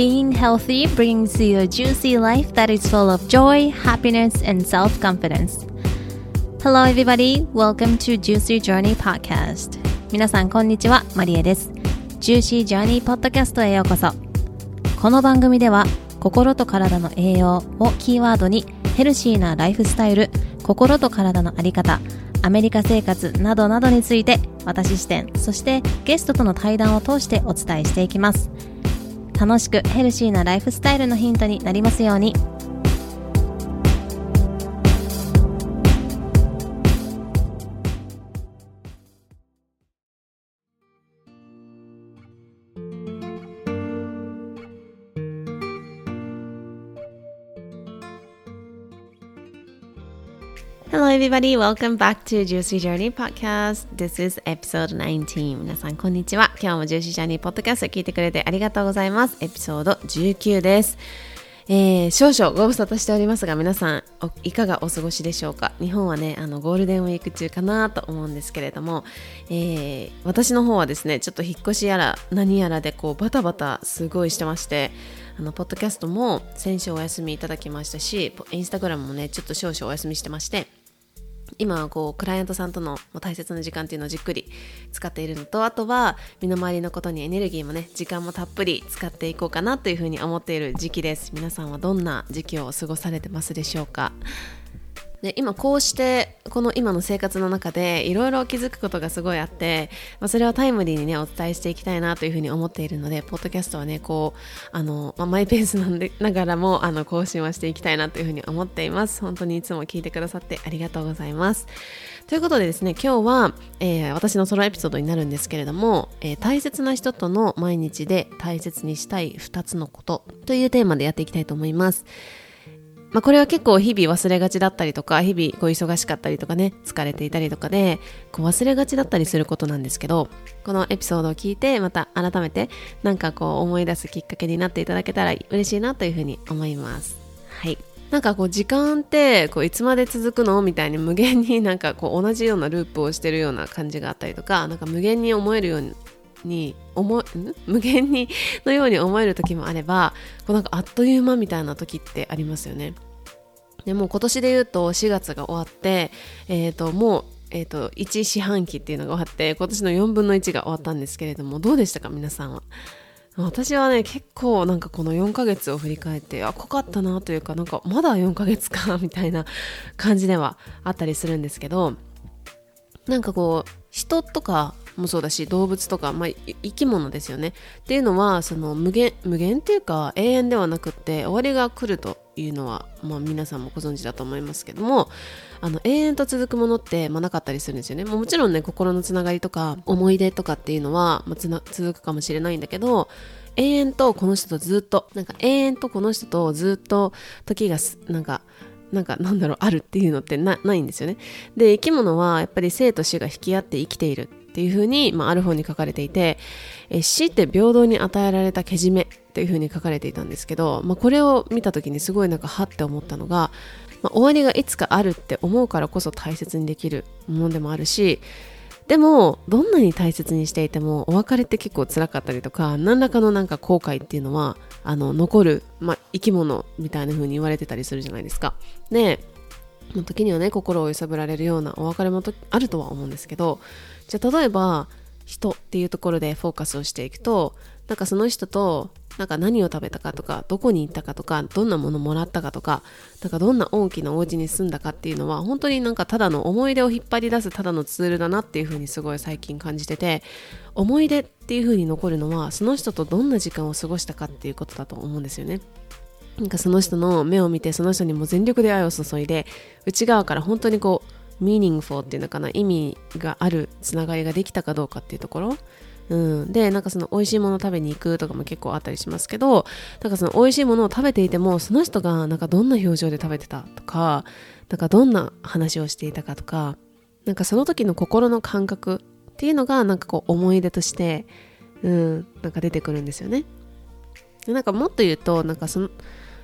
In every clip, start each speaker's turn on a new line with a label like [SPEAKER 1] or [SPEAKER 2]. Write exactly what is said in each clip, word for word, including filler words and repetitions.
[SPEAKER 1] Being healthy brings you a juicy life that is full of joy, happiness, and self-confidence. Hello everybody, welcome to Juicy Journey Podcast. 皆さんこんにちは、マリエです。Juicy Journey Podcast へようこそ。この番組では心と体の栄養をキーワードにヘルシーなライフスタイル、心と体のあり方、アメリカ生活などなどについて私視点、そしてゲストとの対談を通してお伝えしていきます。楽しくヘルシーなライフスタイルのヒントになりますように。Hello everybody, welcome back to Juicy Journey Podcast. This is episode nineteen. 皆さんこんにちは。今日も Juicy Journey Podcast を聞いてくれてありがとうございます。エピソードじゅうきゅうです。えー、少々ご無沙汰しておりますが、皆さんいかがお過ごしでしょうか。日本はね、あのゴールデンウィーク中かなと思うんですけれども、えー、私の方はですね、ちょっと引っ越しやら何やらでこうバタバタすごいしてまして、あのポッドキャストも先週お休みいただきましたし、インスタグラムもねちょっと少々お休みしてまして、今はこうクライアントさんとの大切な時間っていうのをじっくり使っているのと、あとは身の回りのことにエネルギーもね時間もたっぷり使っていこうかなというふうに思っている時期です。皆さんはどんな時期を過ごされてますでしょうか。で今こうしてこの今の生活の中でいろいろ気づくことがすごいあって、まあ、それをタイムリーにねお伝えしていきたいなというふうに思っているので、ポッドキャストはねこうあの、まあ、マイペースなんでながらもあの更新はしていきたいなというふうに思っています。本当にいつも聞いてくださってありがとうございます。ということでですね、今日は、えー、私のソロエピソードになるんですけれども、えー、大切な人との毎日で大切にしたいふたつのことというテーマでやっていきたいと思います。まあ、これは結構日々忘れがちだったりとか、日々こう忙しかったりとかね、疲れていたりとかでこう忘れがちだったりすることなんですけど、このエピソードを聞いてまた改めてなんかこう思い出すきっかけになっていただけたら嬉しいなというふうに思います。はい。なんかこう時間ってこういつまで続くのみたいに無限になんかこう同じようなループをしてるような感じがあったりとか、なんか無限に思えるようにに思ん無限にのように思える時もあれば、こうなんかあっという間みたいな時ってありますよね。でもう今年で言うとしがつが終わって、えー、ともう、えー、といち四半期っていうのが終わって、今年のよんぶんのいちが終わったんですけれども、どうでしたか皆さんは。私はね結構なんかこのよんかげつを振り返って、あ濃かったなというか、なんかまだよんかげつかみたいな感じではあったりするんですけど、なんかこう人とかもそうだし動物とか、まあ、生き物ですよねっていうのは、その無限無限っていうか永遠ではなくって終わりが来るというのは、まあ、皆さんもご存知だと思いますけども、あの永遠と続くものって、まあ、なかったりするんですよね。も, もちろんね心のつながりとか思い出とかっていうのは、まあ、つな続くかもしれないんだけど、永遠とこの人とずっとなんか永遠とこの人とずっと時がなんかなんかなんだろうあるっていうのって な, ないんですよね。で生き物はやっぱり生と死が引き合って生きているっていう風に、まあ、ある本に書かれていて、え死って平等に与えられたけじめっていう風に書かれていたんですけど、まあ、これを見た時にすごいなんかはって思ったのが、まあ、終わりがいつかあるって思うからこそ大切にできるものでもあるし、でもどんなに大切にしていてもお別れって結構辛かったりとか、何らかのなんか後悔っていうのはあの残る、まあ、生き物みたいな風に言われてたりするじゃないですか。で時にはね心を揺さぶられるようなお別れもあるとは思うんですけど、じゃあ例えば人っていうところでフォーカスをしていくと、なんかその人となんか何を食べたかとか、どこに行ったかとか、どんなものもらったかとか、なんかどんな大きなお家に住んだかっていうのは、本当になんかただの思い出を引っ張り出すただのツールだなっていう風にすごい最近感じてて、思い出っていう風に残るのはその人とどんな時間を過ごしたかっていうことだと思うんですよね。なんかその人の目を見て、その人にも全力で愛を注いで、内側から本当にこうミーニングフォーっていうのかな、意味があるつながりができたかどうかっていうところ、うん、でなんかその美味しいもの食べに行くとかも結構あったりしますけど、なんかその美味しいものを食べていても、その人がなんかどんな表情で食べてたとか、なんかどんな話をしていたかとか、なんかその時の心の感覚っていうのがなんかこう思い出として、うん、なんか出てくるんですよね。でなんかもっと言うと、なんかその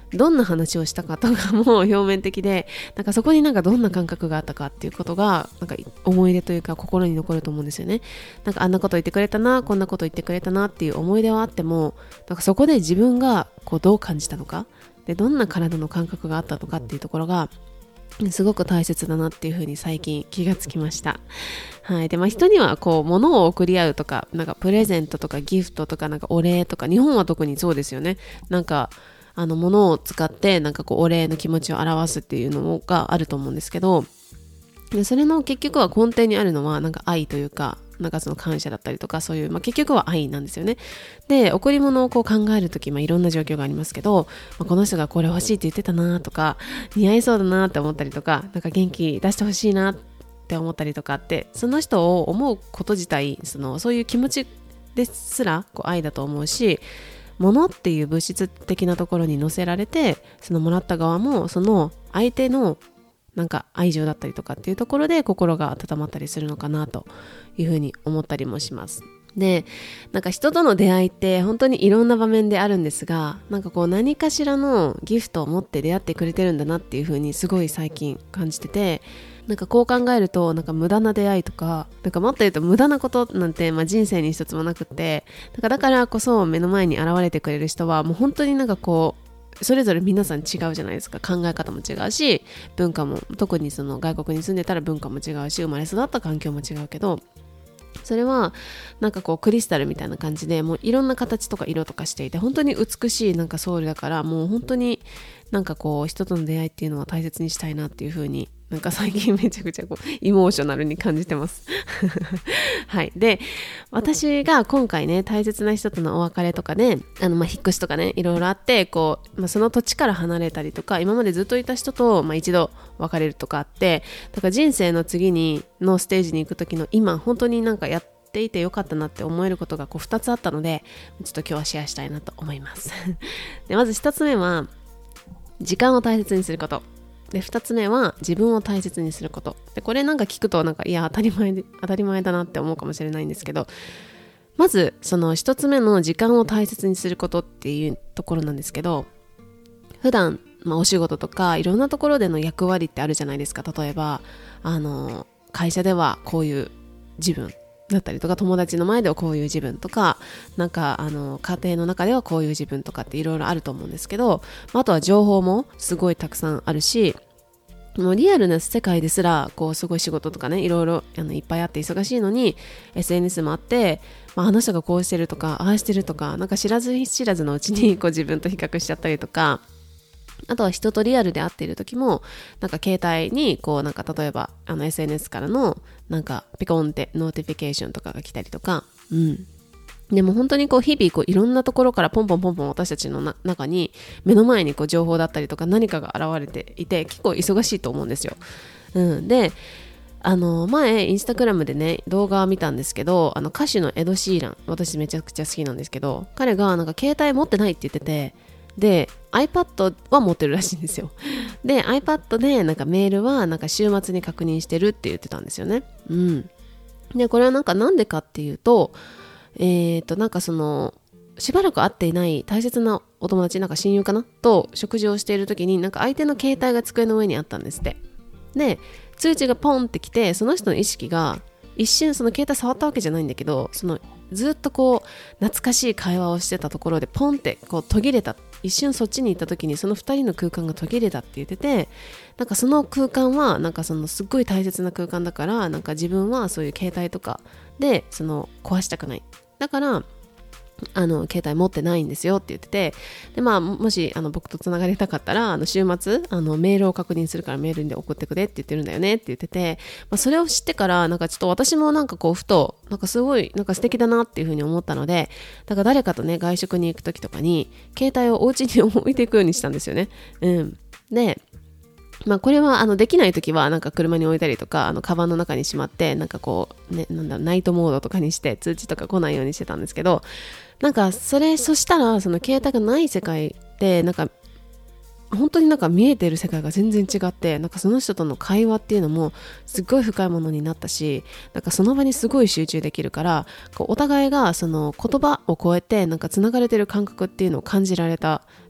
[SPEAKER 1] どんな話をしたかとかも表面的で、なんかそこになんかどんな感覚があったかっていうことがなんか思い出というか心に残ると思うんですよね。なんかあんなこと言ってくれたな、こんなこと言ってくれたなっていう思い出はあっても、なんかそこで自分がこうどう感じたのかで、どんな体の感覚があったのかっていうところがすごく大切だなっていうふうに最近気がつきました。はい。で、まあ人にはこう物を贈り合うとか、なんかプレゼントとかギフトとかなんかお礼とか、日本は特にそうですよね。なんかあの物を使ってなんかこうお礼の気持ちを表すっていうのがあると思うんですけど、それの結局は根底にあるのはなんか愛というか、なんかその感謝だったりとか、そういう、まあ、結局は愛なんですよね。で、贈り物をこう考えるとき、まあ、いろんな状況がありますけど、まあ、この人がこれ欲しいって言ってたなとか、似合いそうだなって思ったりとか、なんか元気出してほしいなって思ったりとかって、その人を思うこと自体、そのそういう気持ちですらこう愛だと思うし、物っていう物質的なところに乗せられて、そのもらった側もその相手のなんか愛情だったりとかっていうところで心が温まったりするのかなというふうに思ったりもします。で、なんか人との出会いって本当にいろんな場面であるんですが、なんかこう何かしらのギフトを持って出会ってくれてるんだなっていうふうにすごい最近感じてて、なんかこう考えるとなんか無駄な出会いとか、なんかもっと言うと無駄なことなんて、まあ、人生に一つもなくって、だからだからこそ目の前に現れてくれる人はもう本当になんかこうそれぞれ皆さん違うじゃないですか。考え方も違うし、文化も、特にその外国に住んでたら文化も違うし、生まれ育った環境も違うけど、それはなんかこうクリスタルみたいな感じで、もういろんな形とか色とかしていて、本当に美しいなんかソウルだから、もう本当になんかこう人との出会いっていうのは大切にしたいなっていう風に、なんか最近めちゃくちゃこうイモーショナルに感じてますはい。で、私が今回ね、大切な人とのお別れとかね、あのまあ引っ越しとかね、いろいろあって、こう、まあ、その土地から離れたりとか、今までずっといた人と、まあ、一度別れるとかあって、だから人生の次にのステージに行く時の今、本当になんかやっていてよかったなって思えることがこうふたつあったので、ちょっと今日はシェアしたいなと思いますで、まずひとつめは時間を大切にすることで、ふたつめは自分を大切にすること。で、これなんか聞くとなんかいや当たり前で当たり前だなって思うかもしれないんですけど、まずそのひとつめの時間を大切にすることっていうところなんですけど、普段、まあ、お仕事とかいろんなところでの役割ってあるじゃないですか。例えばあの会社ではこういう自分だったりとか、友達の前ではこういう自分とか、なんかあの家庭の中ではこういう自分とかっていろいろあると思うんですけど、あとは情報もすごいたくさんあるし、もうリアルな世界ですらこうすごい仕事とかね、いろいろあのいっぱいあって忙しいのに エスエヌエス もあって、まあ、あの人がこうしてるとかああしてるとか、なんか知らず知らずのうちにこう自分と比較しちゃったりとか、あとは人とリアルで会っている時もなんか携帯にこうなんか例えばあの エスエヌエス からのなんかピコンってノーティフィケーションとかが来たりとか、うんでも本当にこう日々こういろんなところからポンポンポンポン私たちのな中に目の前にこう情報だったりとか何かが現れていて、結構忙しいと思うんですよ。うん、であの前インスタグラムでね動画を見たんですけど、あの歌手のエド・シーラン、私めちゃくちゃ好きなんですけど、彼がなんか携帯持ってないって言ってて、で iPad は持ってるらしいんですよ。で iPad でなんかメールはなんか週末に確認してるって言ってたんですよね。うん。でこれはなんかなんでかっていうと、えーとなんかそのしばらく会っていない大切なお友達、なんか親友かなと食事をしている時になんか相手の携帯が机の上にあったんですって。で通知がポンってきて、その人の意識が一瞬その携帯触ったわけじゃないんだけど、そのずっとこう懐かしい会話をしてたところでポンってこう途切れた、一瞬そっちに行った時にそのふたりの空間が途切れたって言ってて、なんかその空間はなんかそのすっごい大切な空間だから、なんか自分はそういう携帯とかでその壊したくない、だからあの携帯持ってないんですよって言ってて、でまあもしあの僕とつながりたかったらあの週末あのメールを確認するからメールで送ってくれって言ってるんだよねって言ってて、まあ、それを知ってからなんかちょっと私もなんかこうふとなんかすごいなんか素敵だなっていうふうに思ったので、だから誰かとね外食に行く時とかに携帯をお家に置いていくようにしたんですよね。うんでまあこれはあのできないときはなんか車に置いたりとか、あのカバンの中にしまってなんかこうね、なんだナイトモードとかにして通知とか来ないようにしてたんですけど、なんかそれそしたらその携帯がない世界でなんか本当になんか見えてる世界が全然違って、なんかその人との会話っていうのもすっごい深いものになったし、なんかその場にすごい集中できるから、こうお互いがその言葉を超えてなんかつながれてる感覚っていうのを感じられたっ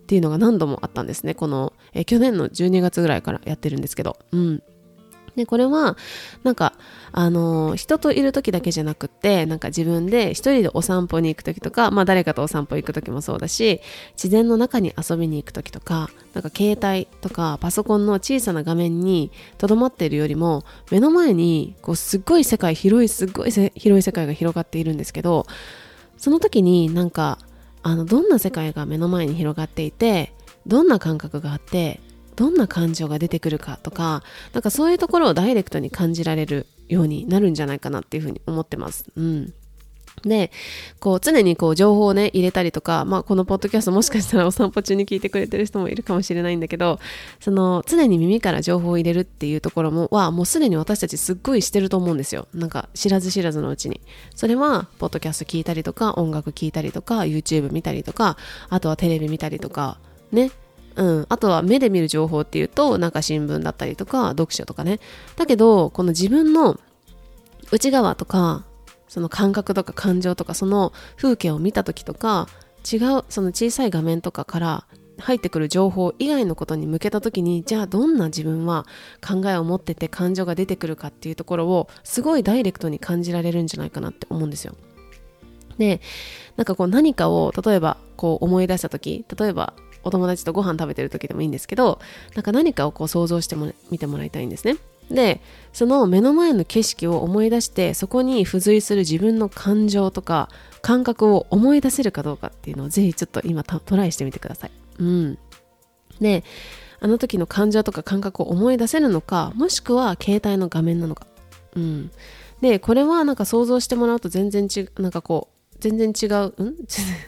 [SPEAKER 1] っていうのが何度もあったんですね。この、えー、去年のじゅうにがつぐらいからやってるんですけど、うん。で、これは、なんか、あのー、人といる時だけじゃなくって、なんか自分で一人でお散歩に行く時とか、まあ誰かとお散歩行く時もそうだし、自然の中に遊びに行く時とか、なんか携帯とかパソコンの小さな画面に留まっているよりも、目の前に、こう、すっごい世界、広い、すっごい広い世界が広がっているんですけど、その時になんか、あの、どんな世界が目の前に広がっていて、どんな感覚があって、どんな感情が出てくるかとか、なんかそういうところをダイレクトに感じられるようになるんじゃないかなっていうふうに思ってます。うん。で、こう常にこう情報をね入れたりとか、まあこのポッドキャストもしかしたらお散歩中に聞いてくれてる人もいるかもしれないんだけど、その常に耳から情報を入れるっていうところもはもうすでに私たちすっごいしてると思うんですよ。なんか知らず知らずのうちに。それはポッドキャスト聞いたりとか、音楽聞いたりとか、YouTube 見たりとか、あとはテレビ見たりとかね。うん、あとは目で見る情報っていうとなんか新聞だったりとか読書とかね。だけどこの自分の内側とかその感覚とか感情とかその風景を見た時とか違うその小さい画面とかから入ってくる情報以外のことに向けた時にじゃあどんな自分は考えを持ってて感情が出てくるかっていうところをすごいダイレクトに感じられるんじゃないかなって思うんですよ。で、なんかこう何かを例えばこう思い出した時、例えばお友達とご飯食べてる時でもいいんですけど、なんか何かをこう想像しても見てもらいたいんですね。で、その目の前の景色を思い出してそこに付随する自分の感情とか感覚を思い出せるかどうかっていうのをぜひちょっと今トライしてみてください。うん。で、あの時の感情とか感覚を思い出せるのか、もしくは携帯の画面なのか。うん。で、これはなんか想像してもらうと全然違う、なんかこう全然違う、ん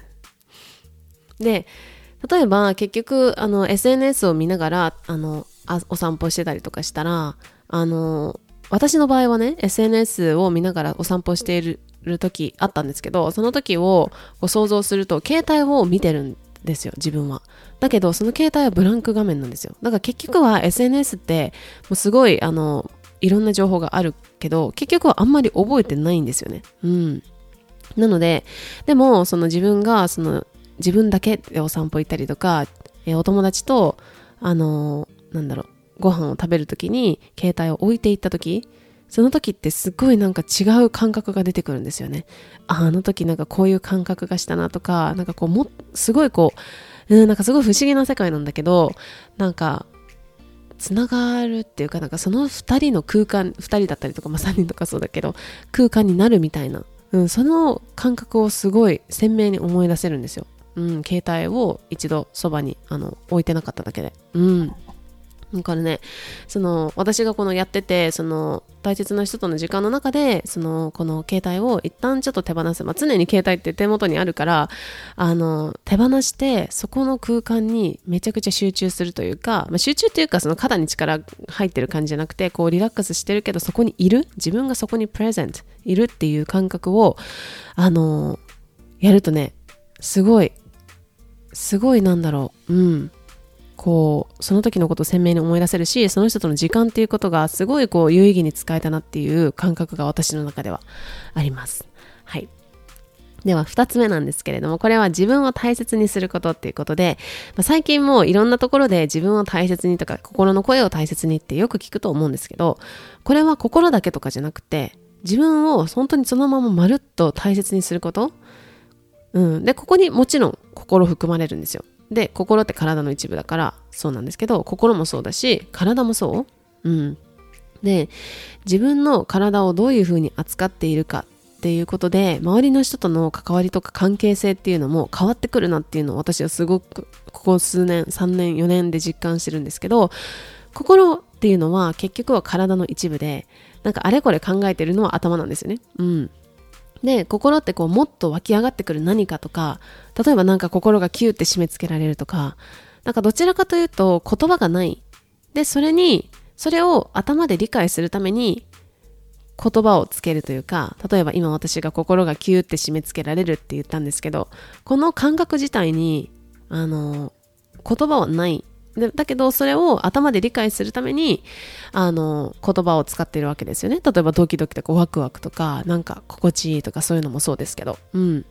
[SPEAKER 1] で、例えば結局あの エスエヌエス を見ながらあのあお散歩してたりとかしたら、あの私の場合はね エスエヌエス を見ながらお散歩している時あったんですけど、その時をこう想像すると携帯を見てるんですよ自分は。だけどその携帯はブランク画面なんですよ。だから結局は エスエヌエス ってもうすごいあのいろんな情報があるけど結局はあんまり覚えてないんですよね。うん。なのででもその自分がその自分だけでお散歩行ったりとか、えー、お友達とあのー、なんだろうご飯を食べるときに携帯を置いていったとき、その時ってすごいなんか違う感覚が出てくるんですよね。あ、あの時なんかこういう感覚がしたなとか、なんかこうもすごいこう、うん、なんかすごい不思議な世界なんだけど、なんかつながるっていうか、なんかその二人の空間、二人だったりとか、まあ三人とかそうだけど空間になるみたいな、うん、その感覚をすごい鮮明に思い出せるんですよ。うん、携帯を一度そばにあの置いてなかっただけで、うん。だからね、その私がこのやってて、その大切な人との時間の中で、そのこの携帯を一旦ちょっと手放す、まあ、常に携帯って手元にあるから、あの手放してそこの空間にめちゃくちゃ集中するというか、まあ、集中っていうかその肩に力入ってる感じじゃなくて、こうリラックスしてるけどそこにいる、自分がそこにプレゼントいるっていう感覚をあのやるとね、すごいすごいなんだろう、うん。こうその時のことを鮮明に思い出せるし、その人との時間っていうことがすごいこう有意義に使えたなっていう感覚が私の中ではあります。はい。ではふたつめなんですけれども、これは自分を大切にすることっていうことで、まあ、最近もいろんなところで自分を大切にとか心の声を大切にってよく聞くと思うんですけど、これは心だけとかじゃなくて自分を本当にそのまままるっと大切にすること、うん、でここにもちろん心含まれるんですよ。で、心って体の一部だからそうなんですけど、心もそうだし体もそう、うん、で自分の体をどういうふうに扱っているかっていうことで、周りの人との関わりとか関係性っていうのも変わってくるなっていうのを私はすごくここ数年さんねんよねんで実感してるんですけど、心っていうのは結局は体の一部で、なんかあれこれ考えてるのは頭なんですよね。うんで、心ってこうもっと湧き上がってくる何かとか、例えばなんか心がキューって締め付けられるとか、なんかどちらかというと言葉がない。で、それに、それを頭で理解するために言葉をつけるというか、例えば今私が心がキューって締め付けられるって言ったんですけど、この感覚自体に、あの、言葉はない。でだけどそれを頭で理解するためにあの言葉を使っているわけですよね。例えばドキドキとかワクワクとかなんか心地いいとかそういうのもそうですけど、うん。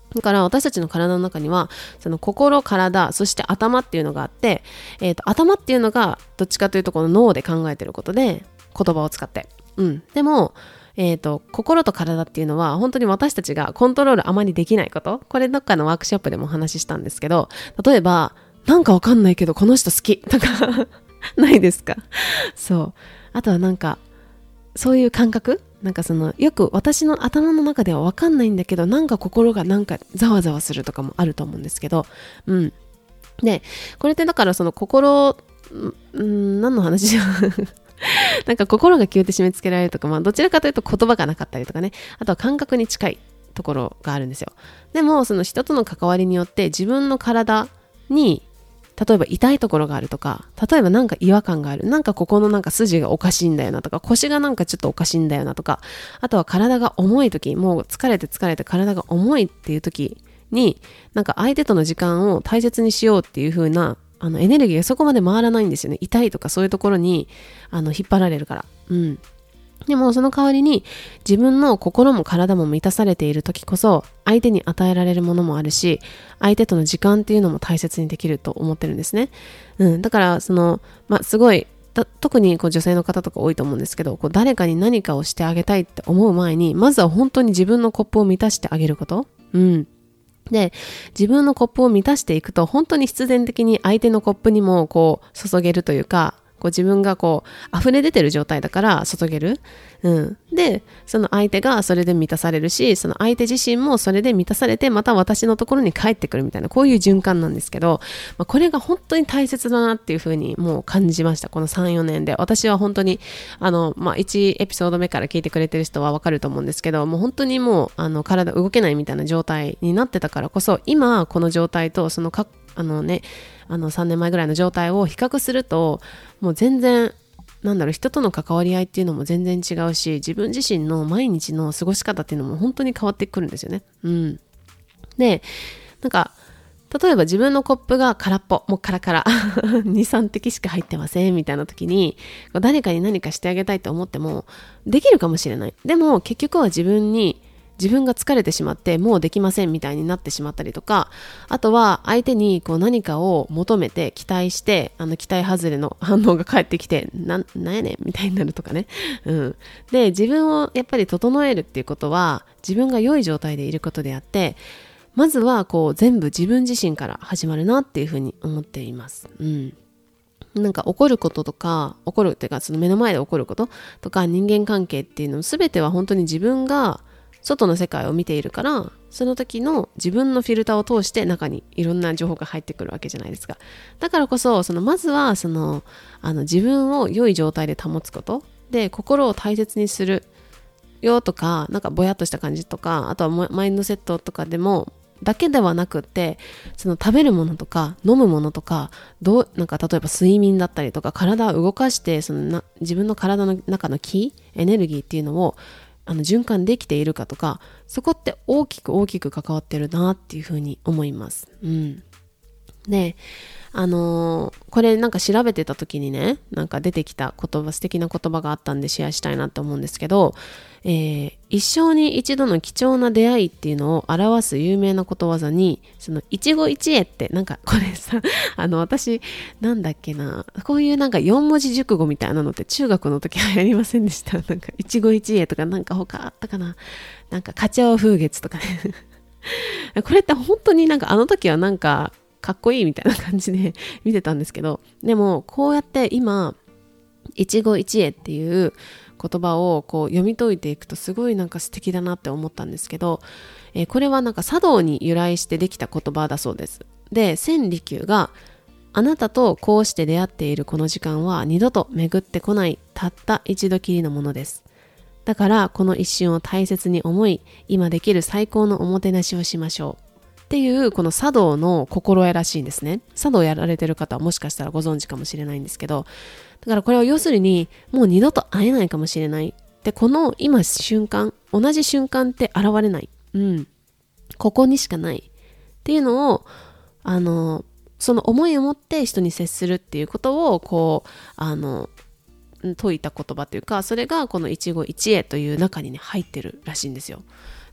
[SPEAKER 1] だから私たちの体の中にはその心、体、そして頭っていうのがあって、えーと、頭っていうのがどっちかというとこの脳で考えてることで言葉を使って、うん、でも、えーと、心と体っていうのは本当に私たちがコントロールあまりできないこと。これどっかのワークショップでもお話ししたんですけど、例えばなんかわかんないけどこの人好きとかないですか？そう。あとはなんかそういう感覚、なんかそのよく私の頭の中では分かんないんだけどなんか心がなんかざわざわするとかもあると思うんですけど、うんでこれってだからその心ん何の話じゃなんか心がキュって締め付けられるとか、まあどちらかというと言葉がなかったりとかね、あとは感覚に近いところがあるんですよ。でもその人との関わりによって自分の体に例えば痛いところがあるとか、例えばなんか違和感がある、なんかここのなんか筋がおかしいんだよなとか、腰がなんかちょっとおかしいんだよなとか、あとは体が重い時、もう疲れて疲れて体が重いっていう時に、なんか相手との時間を大切にしようっていう風なあのエネルギーがそこまで回らないんですよね。痛いとかそういうところにあの引っ張られるから。うん。でもその代わりに自分の心も体も満たされている時こそ相手に与えられるものもあるし、相手との時間っていうのも大切にできると思ってるんですね。うん、だからその、まあ、すごい特にこう女性の方とか多いと思うんですけど、こう誰かに何かをしてあげたいって思う前にまずは本当に自分のコップを満たしてあげること。うん。で、自分のコップを満たしていくと本当に必然的に相手のコップにもこう注げるというか、こう自分がこう溢れ出てる状態だから注げる、うん、でその相手がそれで満たされるし、その相手自身もそれで満たされてまた私のところに帰ってくるみたいな、こういう循環なんですけど、まあ、これが本当に大切だなっていうふうにもう感じました。この さん,よ 年で私は本当にあの、まあ、いちエピソード目から聞いてくれてる人はわかると思うんですけど、もう本当にもうあの体動けないみたいな状態になってたからこそ、今この状態とそのかあのねあのさんねんまえぐらいの状態を比較すると、もう全然なんだろう、人との関わり合いっていうのも全然違うし、自分自身の毎日の過ごし方っていうのも本当に変わってくるんですよね。うん。で、なんか例えば自分のコップが空っぽ、もうカラカラに、さん滴しか入ってませんみたいな時に、誰かに何かしてあげたいと思ってもできるかもしれない。でも結局は自分に自分が疲れてしまってもうできませんみたいになってしまったりとか、あとは相手にこう何かを求めて期待して、あの期待外れの反応が返ってきて、な、なんやねんみたいになるとかね、うん、で自分をやっぱり整えるっていうことは自分が良い状態でいることであって、まずはこう全部自分自身から始まるなっていうふうに思っています。うん。なんか怒ることとか、怒るっていうかその目の前で起こることとか人間関係っていうの全ては本当に自分が外の世界を見ているから、その時の自分のフィルターを通して中にいろんな情報が入ってくるわけじゃないですか。だからこそ、そのまずはそのあの自分を良い状態で保つことで、心を大切にするよとか、なんかぼやっとした感じとか、あとはマインドセットとかでもだけではなくって、その食べるものとか飲むものとか、どうなんか例えば睡眠だったりとか、体を動かしてそのな自分の体の中の気エネルギーっていうのをあの循環できているかとか、そこって大きく大きく関わってるなっていうふうに思います。うん。で、あのー、これなんか調べてた時にね、なんか出てきた言葉、素敵な言葉があったんでシェアしたいなと思うんですけど、えー、一生に一度の貴重な出会いっていうのを表す有名なことわざに、その一期一会って、なんかこれさ、あの私なんだっけな、こういうなんか四文字熟語みたいなのって中学の時流行りませんでした？なんか一期一会とか、なんか他あったかな、なんか花鳥風月とかねこれって本当になんかあの時はなんかかっこいいみたいな感じで見てたんですけど、でもこうやって今一期一会っていう言葉をこう読み解いていくとすごいなんか素敵だなって思ったんですけど、えー、これはなんか茶道に由来してできた言葉だそうです。で、千利休があなたとこうして出会っているこの時間は二度と巡ってこないたった一度きりのものです。だからこの一瞬を大切に思い、今できる最高のおもてなしをしましょうっていうこの茶道の心得らしいんですね。茶道やられてる方はもしかしたらご存知かもしれないんですけど、だからこれは要するにもう二度と会えないかもしれない。で、この今瞬間、同じ瞬間って現れない。うん。ここにしかないっていうのを、あの、その思いを持って人に接するっていうことをこう、あの、説いた言葉というか、それがこの一期一会という中にね入ってるらしいんですよ。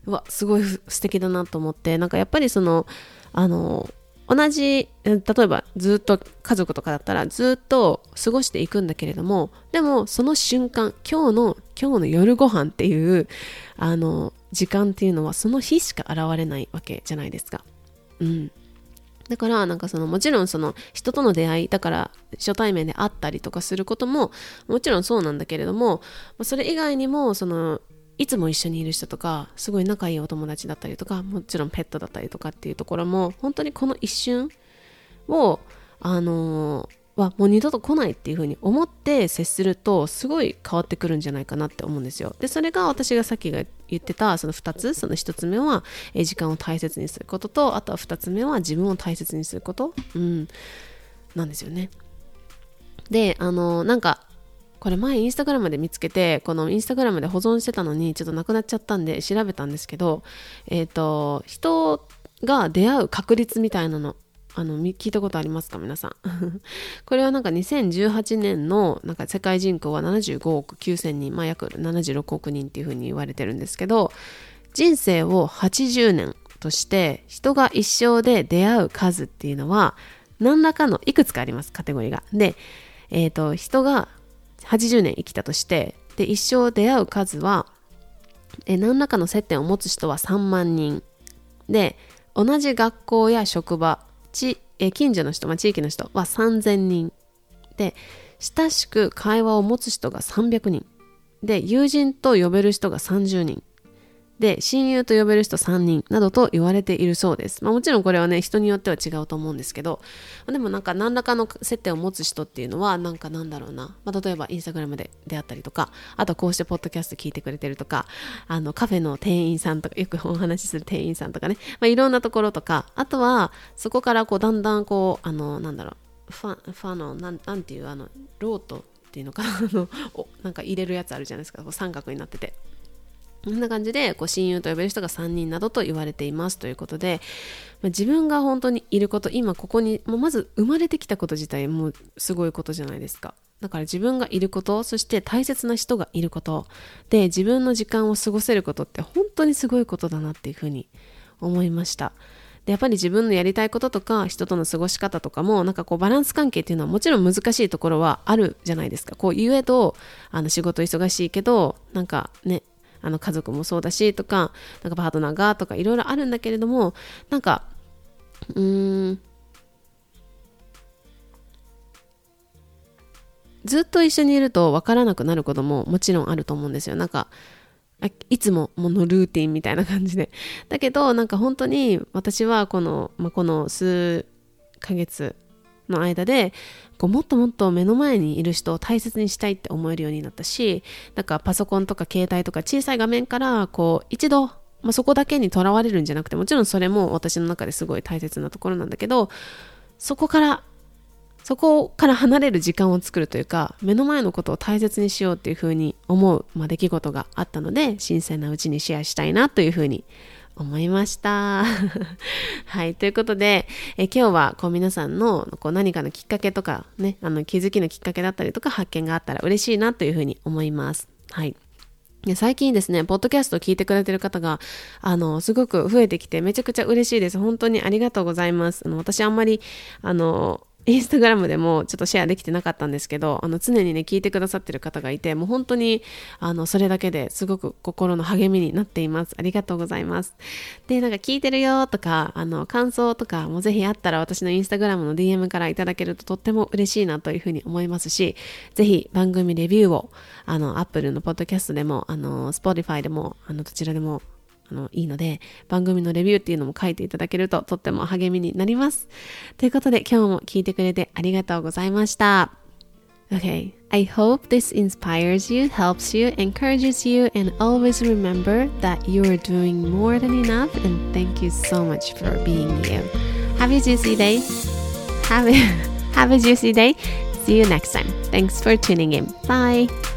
[SPEAKER 1] うわすごい素敵だなと思って、なんかやっぱりそのあの同じ例えばずっと家族とかだったらずっと過ごしていくんだけれども、でもその瞬間今日の今日の夜ご飯っていうあの時間っていうのはその日しか現れないわけじゃないですか。うん。だからなんかそのもちろんその人との出会いだから初対面で会ったりとかすることももちろんそうなんだけれども、それ以外にもそのいつも一緒にいる人とかすごい仲いいお友達だったりとか、もちろんペットだったりとかっていうところも本当にこの一瞬をあのーはもう二度と来ないっていう風に思って接するとすごい変わってくるんじゃないかなって思うんですよ。でそれが私がさっきが言ってたそのふたつ、そのひとつめはえ時間を大切にすることと、あとはふたつめは自分を大切にすること、うん、なんですよね。であのー、なんかこれ前インスタグラムで見つけて、このインスタグラムで保存してたのにちょっとなくなっちゃったんで調べたんですけど、えっと人が出会う確率みたいなのあの聞いたことありますか皆さんこれはなんかにせんじゅうはちねんのなんか世界人口はななじゅうごおくきゅうせんにん、まあ、約ななじゅうろくおくにんっていうふうに言われてるんですけど、人生をはちじゅうねんとして人が一生で出会う数っていうのは何らかのいくつかあります、カテゴリーが。で、えっと人がはちじゅうねん生きたとして、で一生出会う数はえ何らかの接点を持つ人はさんまんにんで、同じ学校や職場ちえ近所の人、まあ、地域の人はさんぜんにんで、親しく会話を持つ人がさんびゃくにんで、友人と呼べる人がさんじゅうにんで、親友と呼べる人さんにんなどと言われているそうです。まあ、もちろんこれはね人によっては違うと思うんですけど、でもなんか何らかの接点を持つ人っていうのはなんかなんだろうな、まあ、例えばインスタグラムで出会ったりとか、あとこうしてポッドキャスト聞いてくれてるとか、あのカフェの店員さんとか、よくお話しする店員さんとかね、まあ、いろんなところとか、あとはそこからこうだんだんこうあのなんだろうファファのなんなんていうあのロートっていうのかなあのなんか入れるやつあるじゃないですか、こう三角になってて、こんな感じでこう親友と呼べる人がさんにんなどと言われていますということで、まあ、自分が本当にいること、今ここに、まあ、まず生まれてきたこと自体もすごいことじゃないですか。だから自分がいること、そして大切な人がいることで自分の時間を過ごせることって本当にすごいことだなっていうふうに思いました。でやっぱり自分のやりたいこととか人との過ごし方とかもなんかこうバランス関係っていうのはもちろん難しいところはあるじゃないですか。こう言えどあの仕事忙しいけどなんかねあの家族もそうだしとか、なんかパートナーがとかいろいろあるんだけれども、なんかうーんずっと一緒にいると分からなくなることももちろんあると思うんですよ。なんかいつもものルーティンみたいな感じで、だけどなんか本当に私はこの、まあ、この数ヶ月の間でこうもっともっと目の前にいる人を大切にしたいって思えるようになったし、なんかパソコンとか携帯とか小さい画面からこう一度、まあ、そこだけにとらわれるんじゃなくて、もちろんそれも私の中ですごい大切なところなんだけど、そこからそこから離れる時間を作るというか、目の前のことを大切にしようっていうふうに思う、まあ、出来事があったので、新鮮なうちにシェアしたいなというふうに思いましたはい、ということでえ今日はこう皆さんのこう何かのきっかけとかね、あの気づきのきっかけだったりとか発見があったら嬉しいなというふうに思います。はい、最近ですねポッドキャストを聞いてくれてる方があのすごく増えてきてめちゃくちゃ嬉しいです。本当にありがとうございます。あの私あんまりあのインスタグラムでもちょっとシェアできてなかったんですけど、あの常にね聞いてくださってる方がいて、もう本当にあのそれだけですごく心の励みになっています。ありがとうございます。でなんか聞いてるよとかあの感想とかもぜひあったら私のインスタグラムの ディーエム からいただけるととっても嬉しいなというふうに思いますし、ぜひ番組レビューをあの Apple のポッドキャストでもあの Spotify でもあのどちらでもあのいいので番組のレビューっていうのも書いていただけるととっても励みになります。ということで今日も聞いてくれてありがとうございました。Okay, I hope this inspires you, helps you, encourages you, and always remember that you are doing more than enough, and thank you so much for being you. Have a juicy day. Have a, have a juicy day. See you next time. Thanks for tuning in. Bye.